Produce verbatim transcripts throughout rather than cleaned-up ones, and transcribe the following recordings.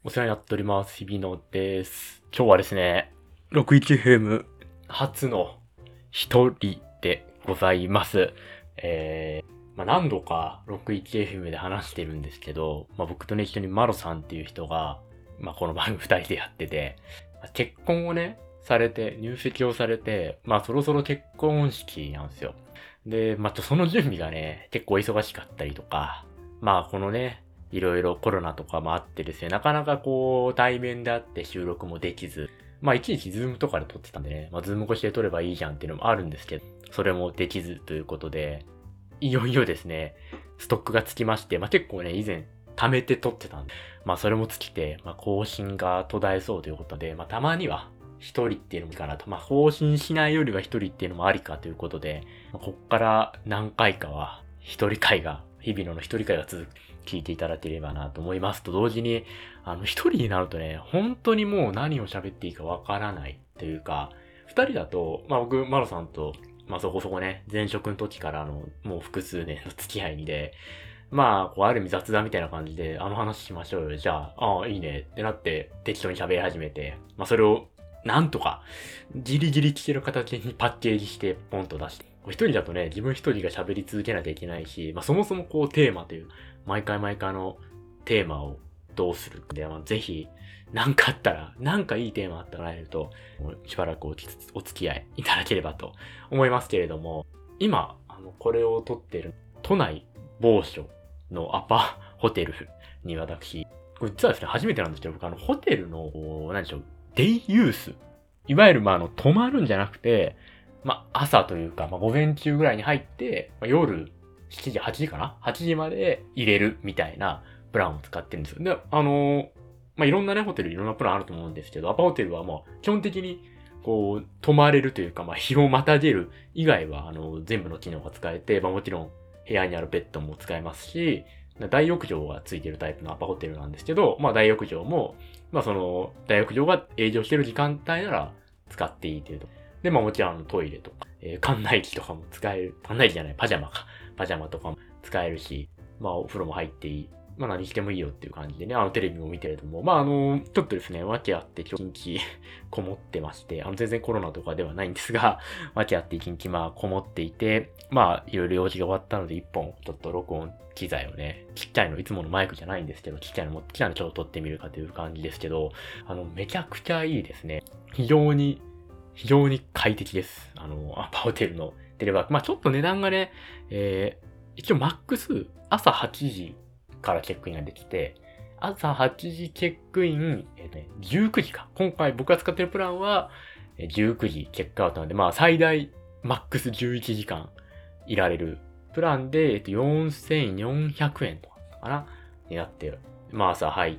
お世話になっております。日比野です。今日はですね、ろくじゅういちエフエム 初の一人でございます。えー、まあ、何度か ろくじゅういちエフエム で話してるんですけど、まあ、僕とね、一緒にマロさんっていう人が、まあ、この番組二人でやってて、まあ、結婚をね、されて、入籍をされて、まあ、そろそろ結婚式なんですよ。で、まあ、その準備がね、結構忙しかったりとか、まあ、このね、いろいろコロナとかもあってですね、なかなかこう、対面であって収録もできず、まあ一時期ズームとかで撮ってたんでね、まあズーム越しで撮ればいいじゃんっていうのもあるんですけど、それもできずということで、いよいよですね、ストックがつきまして、まあ結構ね、以前貯めて撮ってたんで、まあそれも尽きて、まあ更新が途絶えそうということで、まあたまには一人っていうのもいいかなと、まあ更新しないよりは一人っていうのもありかということで、まあ、こっから何回かは一人会が、日々の一人会が続く。聞いていただければなと思いますと同時に、あの、一人になるとね、本当にもう何を喋っていいかわからないというか、二人だと、まあ僕、マロさんと、まあそこそこね、前職の時からの、もう複数年の付き合いにで、まあ、こう、ある意味雑談みたいな感じで、あの話しましょうよ。じゃあ、ああ、いいねってなって、適当に喋り始めて、まあそれを、なんとか、ギリギリ聞ける形にパッケージして、ポンと出して。一人だとね、自分一人が喋り続けなきゃいけないし、まあそもそもこうテーマという、毎回毎回のテーマをどうするで、まあ、ぜひ、なんかあったら、なんかいいテーマあったらえると、しばらくお付き合いいただければと思いますけれども、今、あの、これを撮っている都内某所のアパホテルに私、これ実はですね、初めてなんですけど、僕あの、ホテルの、何でしょう、デイユース。いわゆる、まあ、あの、泊まるんじゃなくて、まあ、朝というか、まあ、午前中ぐらいに入って、まあ、夜、しちじ、はちじかな ?はち 時まで入れるみたいなプランを使ってるんですよ。で、あのー、まあ、いろんなね、ホテルいろんなプランあると思うんですけど、アパホテルはもう、基本的に、こう、泊まれるというか、まあ、日をまたげる以外は、あの、全部の機能が使えて、まあ、もちろん、部屋にあるベッドも使えますし、大浴場がついてるタイプのアパホテルなんですけど、まあ、大浴場も、まあ、その、大浴場が営業してる時間帯なら使っていいというと。で、まあ、もちろんトイレとか、えー、館内機とかも使える。館内機じゃない、パジャマか。パジャマとかも使えるし、まあお風呂も入っていい。まあ何してもいいよっていう感じでね、あのテレビも見てるとも、まああの、ちょっとですね、訳あって今日一日こもってまして、あの全然コロナとかではないんですが、訳あって一日まあこもっていて、まあいろいろ用事が終わったので一本ちょっと録音機材をね、ちっちゃいの、いつものマイクじゃないんですけど、ちっちゃいの持ってきたのでちょっと撮ってみるかという感じですけど、あの、めちゃくちゃいいですね。非常に、非常に快適です。あの、アパホテルのテレワーク。まあちょっと値段がね、えー、一応マックス朝はちじからチェックインができて、朝はちじチェックイン、えっ、ー、とね、じゅうくじか。今回僕が使ってるプランは、じゅうくじチェックアウトなので、まあ最大マックスじゅういちじかんいられるプランで、えっ、ー、と、よんせんよんひゃくえんとかかなになって、まあ朝入って、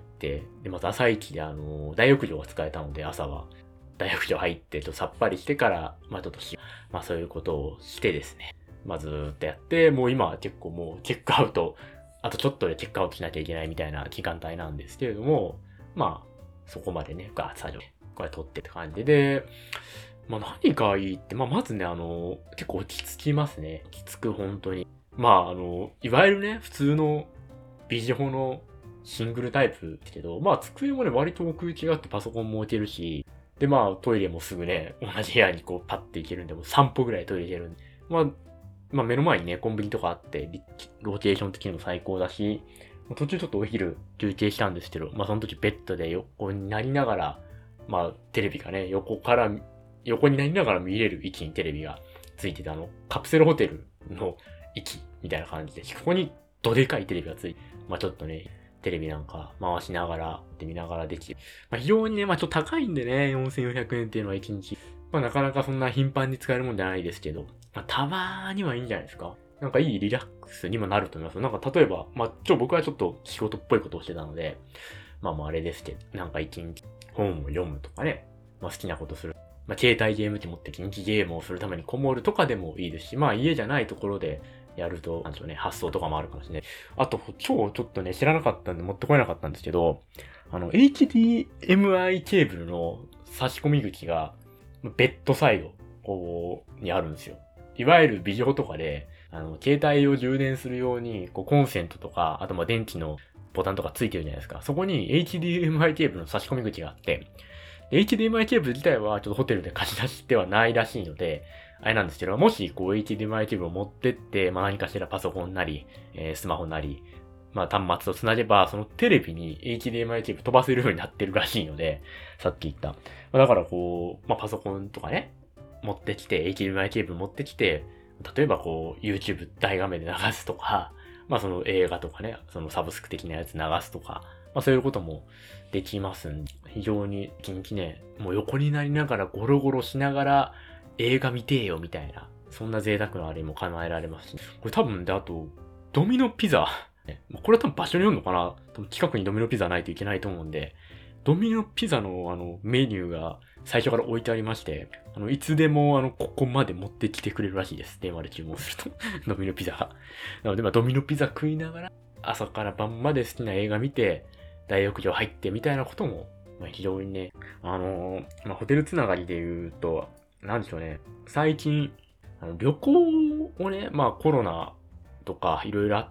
で、まず朝一であの、大浴場が使えたので、朝は大浴場入って、ちょっとさっぱりしてから、まあちょっとし、まあそういうことをしてですね。まあずーっとやって、もう今は結構もうチェックアウト、あとちょっとでチェックアウトしなきゃいけないみたいな時間帯なんですけれども、まあ、そこまでね、ガーッ作業、これ撮ってって感じで、まあ何がいいって、まあまずね、あの、結構落ち着きますね。落ち着く、本当に。まああの、いわゆるね、普通のビジホのシングルタイプですけど、まあ机もね、割と奥行きがあってパソコンも置けるし、でまあトイレもすぐね、同じ部屋にこうパッて行けるんで、もうさん歩ぐらいトイレ行けるんで、まあ、まあ目の前にね、コンビニとかあって、ローテーション的にも最高だし、途中ちょっとお昼休憩したんですけど、まあその時ベッドで横になりながら、まあテレビがね、横から、横になりながら見れる位置にテレビがついてて、あの、カプセルホテルの位置みたいな感じで、ここにどでかいテレビがついて、まあちょっとね、テレビなんか回しながら、で見ながらできる。まあ非常にね、まあちょっと高いんでね、よんせんよんひゃくえんっていうのはいちにち。まあなかなかそんな頻繁に使えるもんじゃないですけど、まあたまーにはいいんじゃないですか。なんかいいリラックスにもなると思います。なんか例えば、まあちょ、僕はちょっと仕事っぽいことをしてたので、まあもうあれですけど、なんか一日本を読むとかね、まあ好きなことする。まあ携帯ゲーム機持って一日ゲームをするためにこもるとかでもいいですし、まあ家じゃないところでやると、なんでしょうね、発想とかもあるかもしれない。あと、超ちょっとね、知らなかったんで持ってこれなかったんですけど、あの、エイチディーエムアイ ケーブルの差し込み口が、ベッドサイド、こう、にあるんですよ。いわゆるビジョとかで、あの、携帯を充電するように、こう、コンセントとか、あとま、電気のボタンとかついてるじゃないですか。そこに エイチディーエムアイ ケーブルの差し込み口があって、エイチディーエムアイ ケーブル自体はちょっとホテルで貸し出しではないらしいので、あれなんですけど、もしこう エイチディーエムアイ ケーブルを持ってって、まあ何かしらパソコンなり、えー、スマホなり、まあ端末と繋げば、そのテレビに エイチディーエムアイ ケーブル飛ばせるようになってるらしいので、さっき言った。だからこう、まあパソコンとかね、持ってきて、エイチディーエムアイ ケーブル持ってきて、例えばこう YouTube 大画面で流すとか、まあその映画とかね、そのサブスク的なやつ流すとか、まあそういうこともできますんで、非常に近畿ね、もう横になりながらゴロゴロしながら映画見てえよみたいな、そんな贅沢なあれも叶えられますし、これ多分で、あと、ドミノピザ、これは多分場所によるのかな、多分近くにドミノピザないといけないと思うんで、ドミノピザのあのメニューが最初から置いてありまして、あの、いつでもあの、ここまで持ってきてくれるらしいです。電話で注文すると。ドミノピザが。なので、まあ、ドミノピザ食いながら、朝から晩まで好きな映画見て、大浴場入ってみたいなことも、まあ、非常にね、あのー、まあ、ホテルつながりで言うと、なんでしょうね。最近、あの旅行をね、まあコロナとかいろいろあって、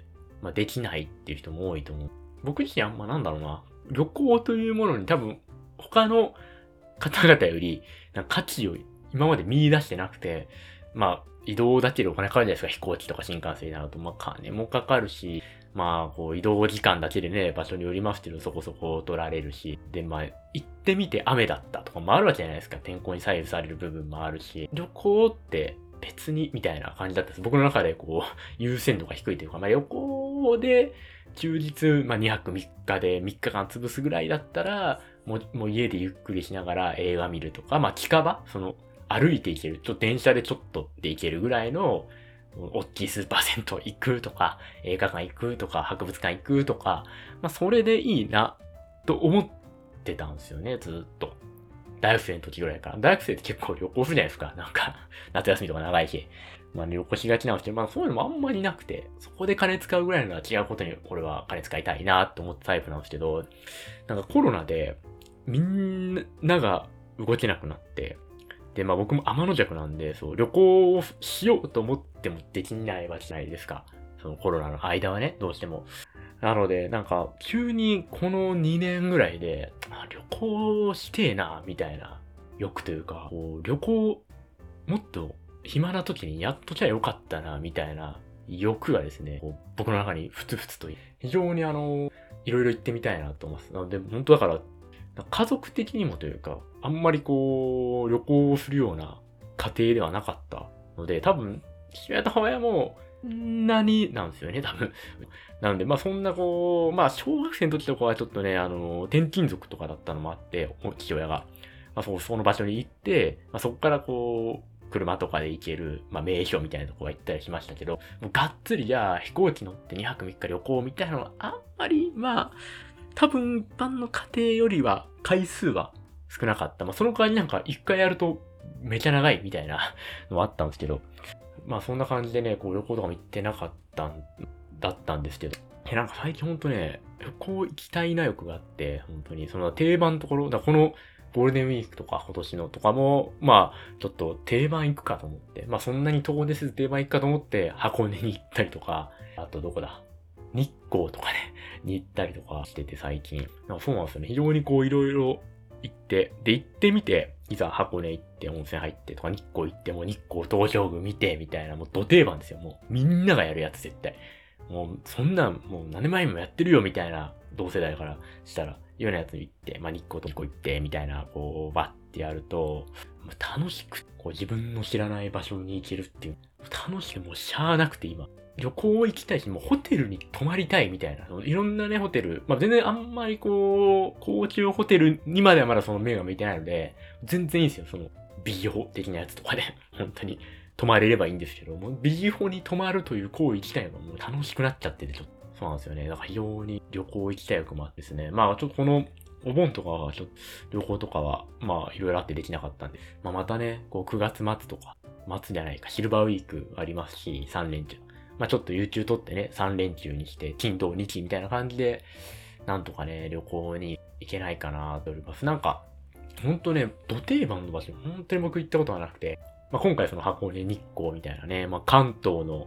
まあできないっていう人も多いと思う。僕自身あんまなんだろうな。旅行というものに多分他の方々よりなんか価値を今まで見出してなくて、まあ移動だけでお金かかるじゃないですか。飛行機とか新幹線になると、まあ金もかかるし、まあこう移動時間だけでね、場所によりますけどそこそこ取られるし、でまあ行ってみて雨だったとかもあるわけじゃないですか。天候に左右される部分もあるし、旅行って別にみたいな感じだったんです。僕の中でこう優先度が低いというか、まあ旅行で休日、まあにはくみっかでみっかかん潰すぐらいだったら、もうもう家でゆっくりしながら映画見るとか、まあ近場、その歩いて行ける、ちょっと電車でちょっとで行けるぐらいの大きいスーパー銭湯行くとか、映画館行くとか、博物館行くとか、まあそれでいいなと思ってたんですよね、ずっと。大学生の時ぐらいから。大学生って結構旅行するじゃないですか。なんか、夏休みとか長い日。まあ旅行しがちなんですけど、まあそういうのもあんまりなくて、そこで金使うぐらいのは違うことに俺は金使いたいなって思ったタイプなんですけど、なんかコロナでみんなが動けなくなって、で、まあ僕も天の弱なんで、そう、旅行をしようと思ってもできないわけじゃないですか。そのコロナの間はね、どうしても。なので、なんか、急にこのにねんぐらいで、あ、旅行してえな、みたいな欲というか、こう旅行、もっと暇な時にやっときゃよかったな、みたいな欲がですね、こう僕の中にふつふつと、非常にあの、いろいろ行ってみたいなと思います。なので、本当だから、家族的にもというか、あんまりこう、旅行をするような家庭ではなかったので、多分、父親と母親も、何なんですよね、多分。なので、まあそんなこう、まあ小学生の時とかはちょっとね、あの、転勤族とかだったのもあって、父親が。まあそ、その場所に行って、まあそこからこう、車とかで行ける、まあ名所みたいなとこが行ったりしましたけど、もうがっつりじゃあ飛行機乗ってにはくみっか旅行みたいなのはあんまり、まあ、多分一般の家庭よりは回数は少なかった。まあその代わりなんか一回やるとめちゃ長いみたいなのはあったんですけど、まあそんな感じでね、こう旅行とかも行ってなかったんだったんですけど、え、なんか最近ほんとね、旅行行きたいな欲があって、本当にその定番のところ、だこのゴールデンウィークとか今年のとかも、まあちょっと定番行くかと思って、まあそんなに遠出せず定番行くかと思って箱根に行ったりとか、あとどこだ日光とかね、に行ったりとかしてて最近。なんかそうなんですよね。非常にこういろいろ行って、で行ってみて、いざ箱根行って温泉入ってとか日光行っても日光東照宮見てみたいなもうド定番ですよ。もうみんながやるやつ絶対。もうそんなんもう何年前にもやってるよみたいな同世代からしたら、ようなやつに行って、まあ日光と日光行ってみたいな、こうバッてやると、楽しく、こう自分の知らない場所に行けるっていう、楽しくもうしゃーなくて今。旅行行きたいし、もうホテルに泊まりたいみたいな。いろんなね、ホテル。まあ全然あんまりこう、高級ホテルにまではまだその目が向いてないので、全然いいんですよ。その、美容的なやつとかで。本当に。泊まれればいいんですけど、もう美容に泊まるという行為自体がもう楽しくなっちゃってて、ちょっと。そうなんですよね。だから非常に旅行行きたい欲もあってですね。まあちょっとこの、お盆とかは、ちょっと、旅行とかは、まあいろいろあってできなかったんで。まあまたね、こうくがつ末とか、末じゃないか、シルバーウィークありますし、さん連休。まあちょっと有給取ってね、さん連休にして、金土日みたいな感じで、なんとかね、旅行に行けないかなと思います。なんか、ほんとね、土定番の場所、本当に僕行ったことがなくて、まあ今回その箱根日光みたいなね、まあ関東の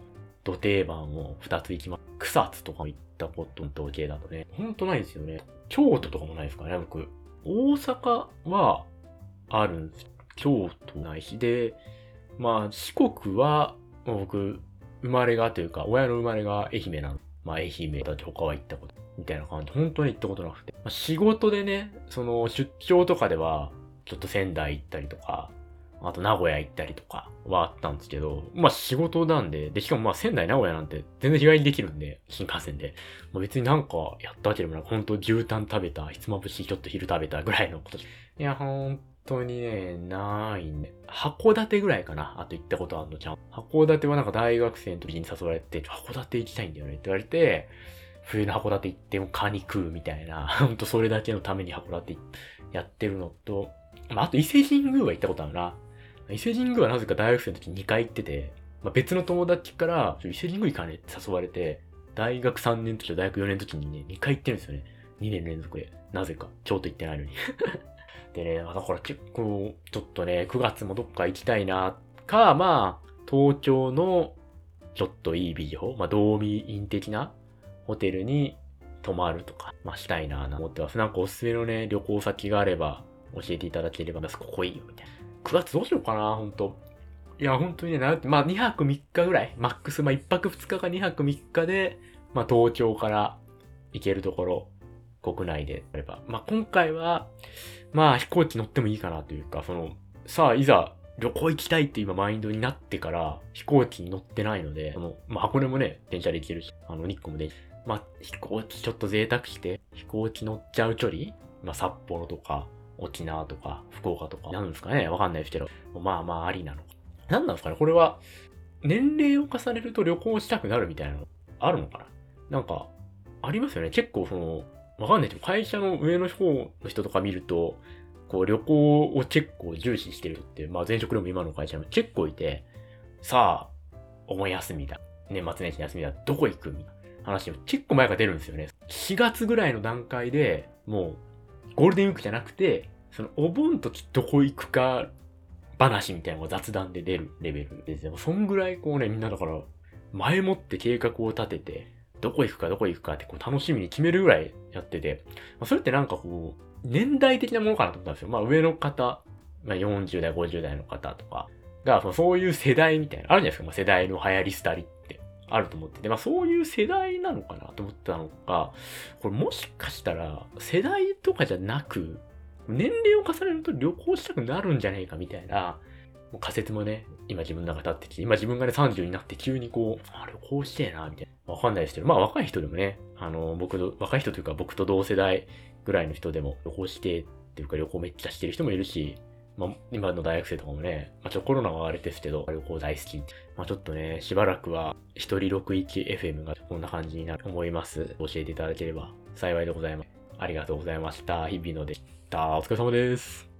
土定番をふたつ行きます。草津とかも行ったことの統計だとね、ほんとないんですよね。京都とかもないですからね、僕。大阪はあるんです。京都ないしで、まあ四国は、僕、生まれがというか、親の生まれが愛媛なの。まあ愛媛だって他は行ったこと。みたいな感じ。本当に行ったことなくて。まあ、仕事でね、その出張とかでは、ちょっと仙台行ったりとか、あと名古屋行ったりとかはあったんですけど、まあ仕事なんで、で、しかもまあ仙台名古屋なんて全然日帰りできるんで、新幹線で。まあ、別になんかやったわけでもなく、本当牛タン食べた、ひつまぶしちょっと昼食べたぐらいのこと。いや、本当にね、ないね。函館ぐらいかな。あと行ったことあるのちゃん。函館はなんか大学生の時に誘われて、函館行きたいんだよねって言われて、冬の函館行ってもカニ食うみたいな、ほんとそれだけのために函館やってるのと、まあ、あと伊勢神宮は行ったことあるな。伊勢神宮はなぜか大学生の時ににかい行ってて、まあ、別の友達から、伊勢神宮行かねって誘われて、大学さんねんの時と大学よねんの時にね、にかい行ってるんですよね。にねん連続で。なぜか。京都行ってないのに。でね、だから結構、ちょっとね、くがつもどっか行きたいな、か、まあ、東京の、ちょっといいビデオ、まあ、ドーミーイン的なホテルに泊まるとか、まあ、したいなぁと思ってます。なんかおすすめのね、旅行先があれば教えていただければ、ここいいよ、みたいな。くがつどうしようかな、ほんと。いや、ほんとにね、なまあ、にはくみっかぐらい。マックス、まあ、いっぱくふつかかにはくみっかで、まあ、東京から行けるところ、国内であれば。まあ、今回は、まあ、飛行機乗ってもいいかなというか、その、さあ、いざ、旅行行きたいって今マインドになってから飛行機に乗ってないので、あの、まあ、箱根もね、電車で行けるし、あの、日光もで、まあ、飛行機ちょっと贅沢して、飛行機乗っちゃう距離まあ、札幌とか、沖縄とか、福岡とか、なんですかねわかんないですけど、まあまあありなの。なんなんですかねこれは、年齢を重ねると旅行したくなるみたいなの、あるのかななんか、ありますよね。結構その、わかんないけど、会社の上の方の人とか見ると、こう旅行を結構重視してる人って、まあ前職でも今の会社も結構いて、さあ、お盆休みだ。年末年始休みだ。どこ行くみたいな話も結構前から出るんですよね。しがつぐらいの段階でもう、ゴールデンウィークじゃなくて、そのお盆時どこ行くか話みたいなのが雑談で出るレベルですよ。そんぐらいこうね、みんなだから、前もって計画を立てて、どこ行くかどこ行くかってこう楽しみに決めるぐらいやってて、まあ、それってなんかこう、年代的なものかなと思ったんですよ。まあ上の方、まあよんじゅう代、ごじゅう代の方とかが、そういう世代みたいな、あるじゃないですか。まあ世代の流行り廃りってあると思ってて、まあそういう世代なのかなと思ったのが、これもしかしたら世代とかじゃなく、年齢を重ねると旅行したくなるんじゃねえかみたいな、もう仮説もね、今自分の中立ってきて、今自分がねさんじゅうになって急にこう、あ、旅行してえな、みたいな。わかんないですけど、まあ若い人でもね、あの、僕と、若い人というか僕と同世代ぐらいの人でも旅行してっていうか旅行めっちゃしてる人もいるし、まあ今の大学生とかもね、まあちょコロナはあれですけど、旅行大好き。まあちょっとね、しばらくは一人 ろくじゅういちエフエム がこんな感じになると思います。教えていただければ幸いでございます。ありがとうございました。日々のでした。お疲れ様です。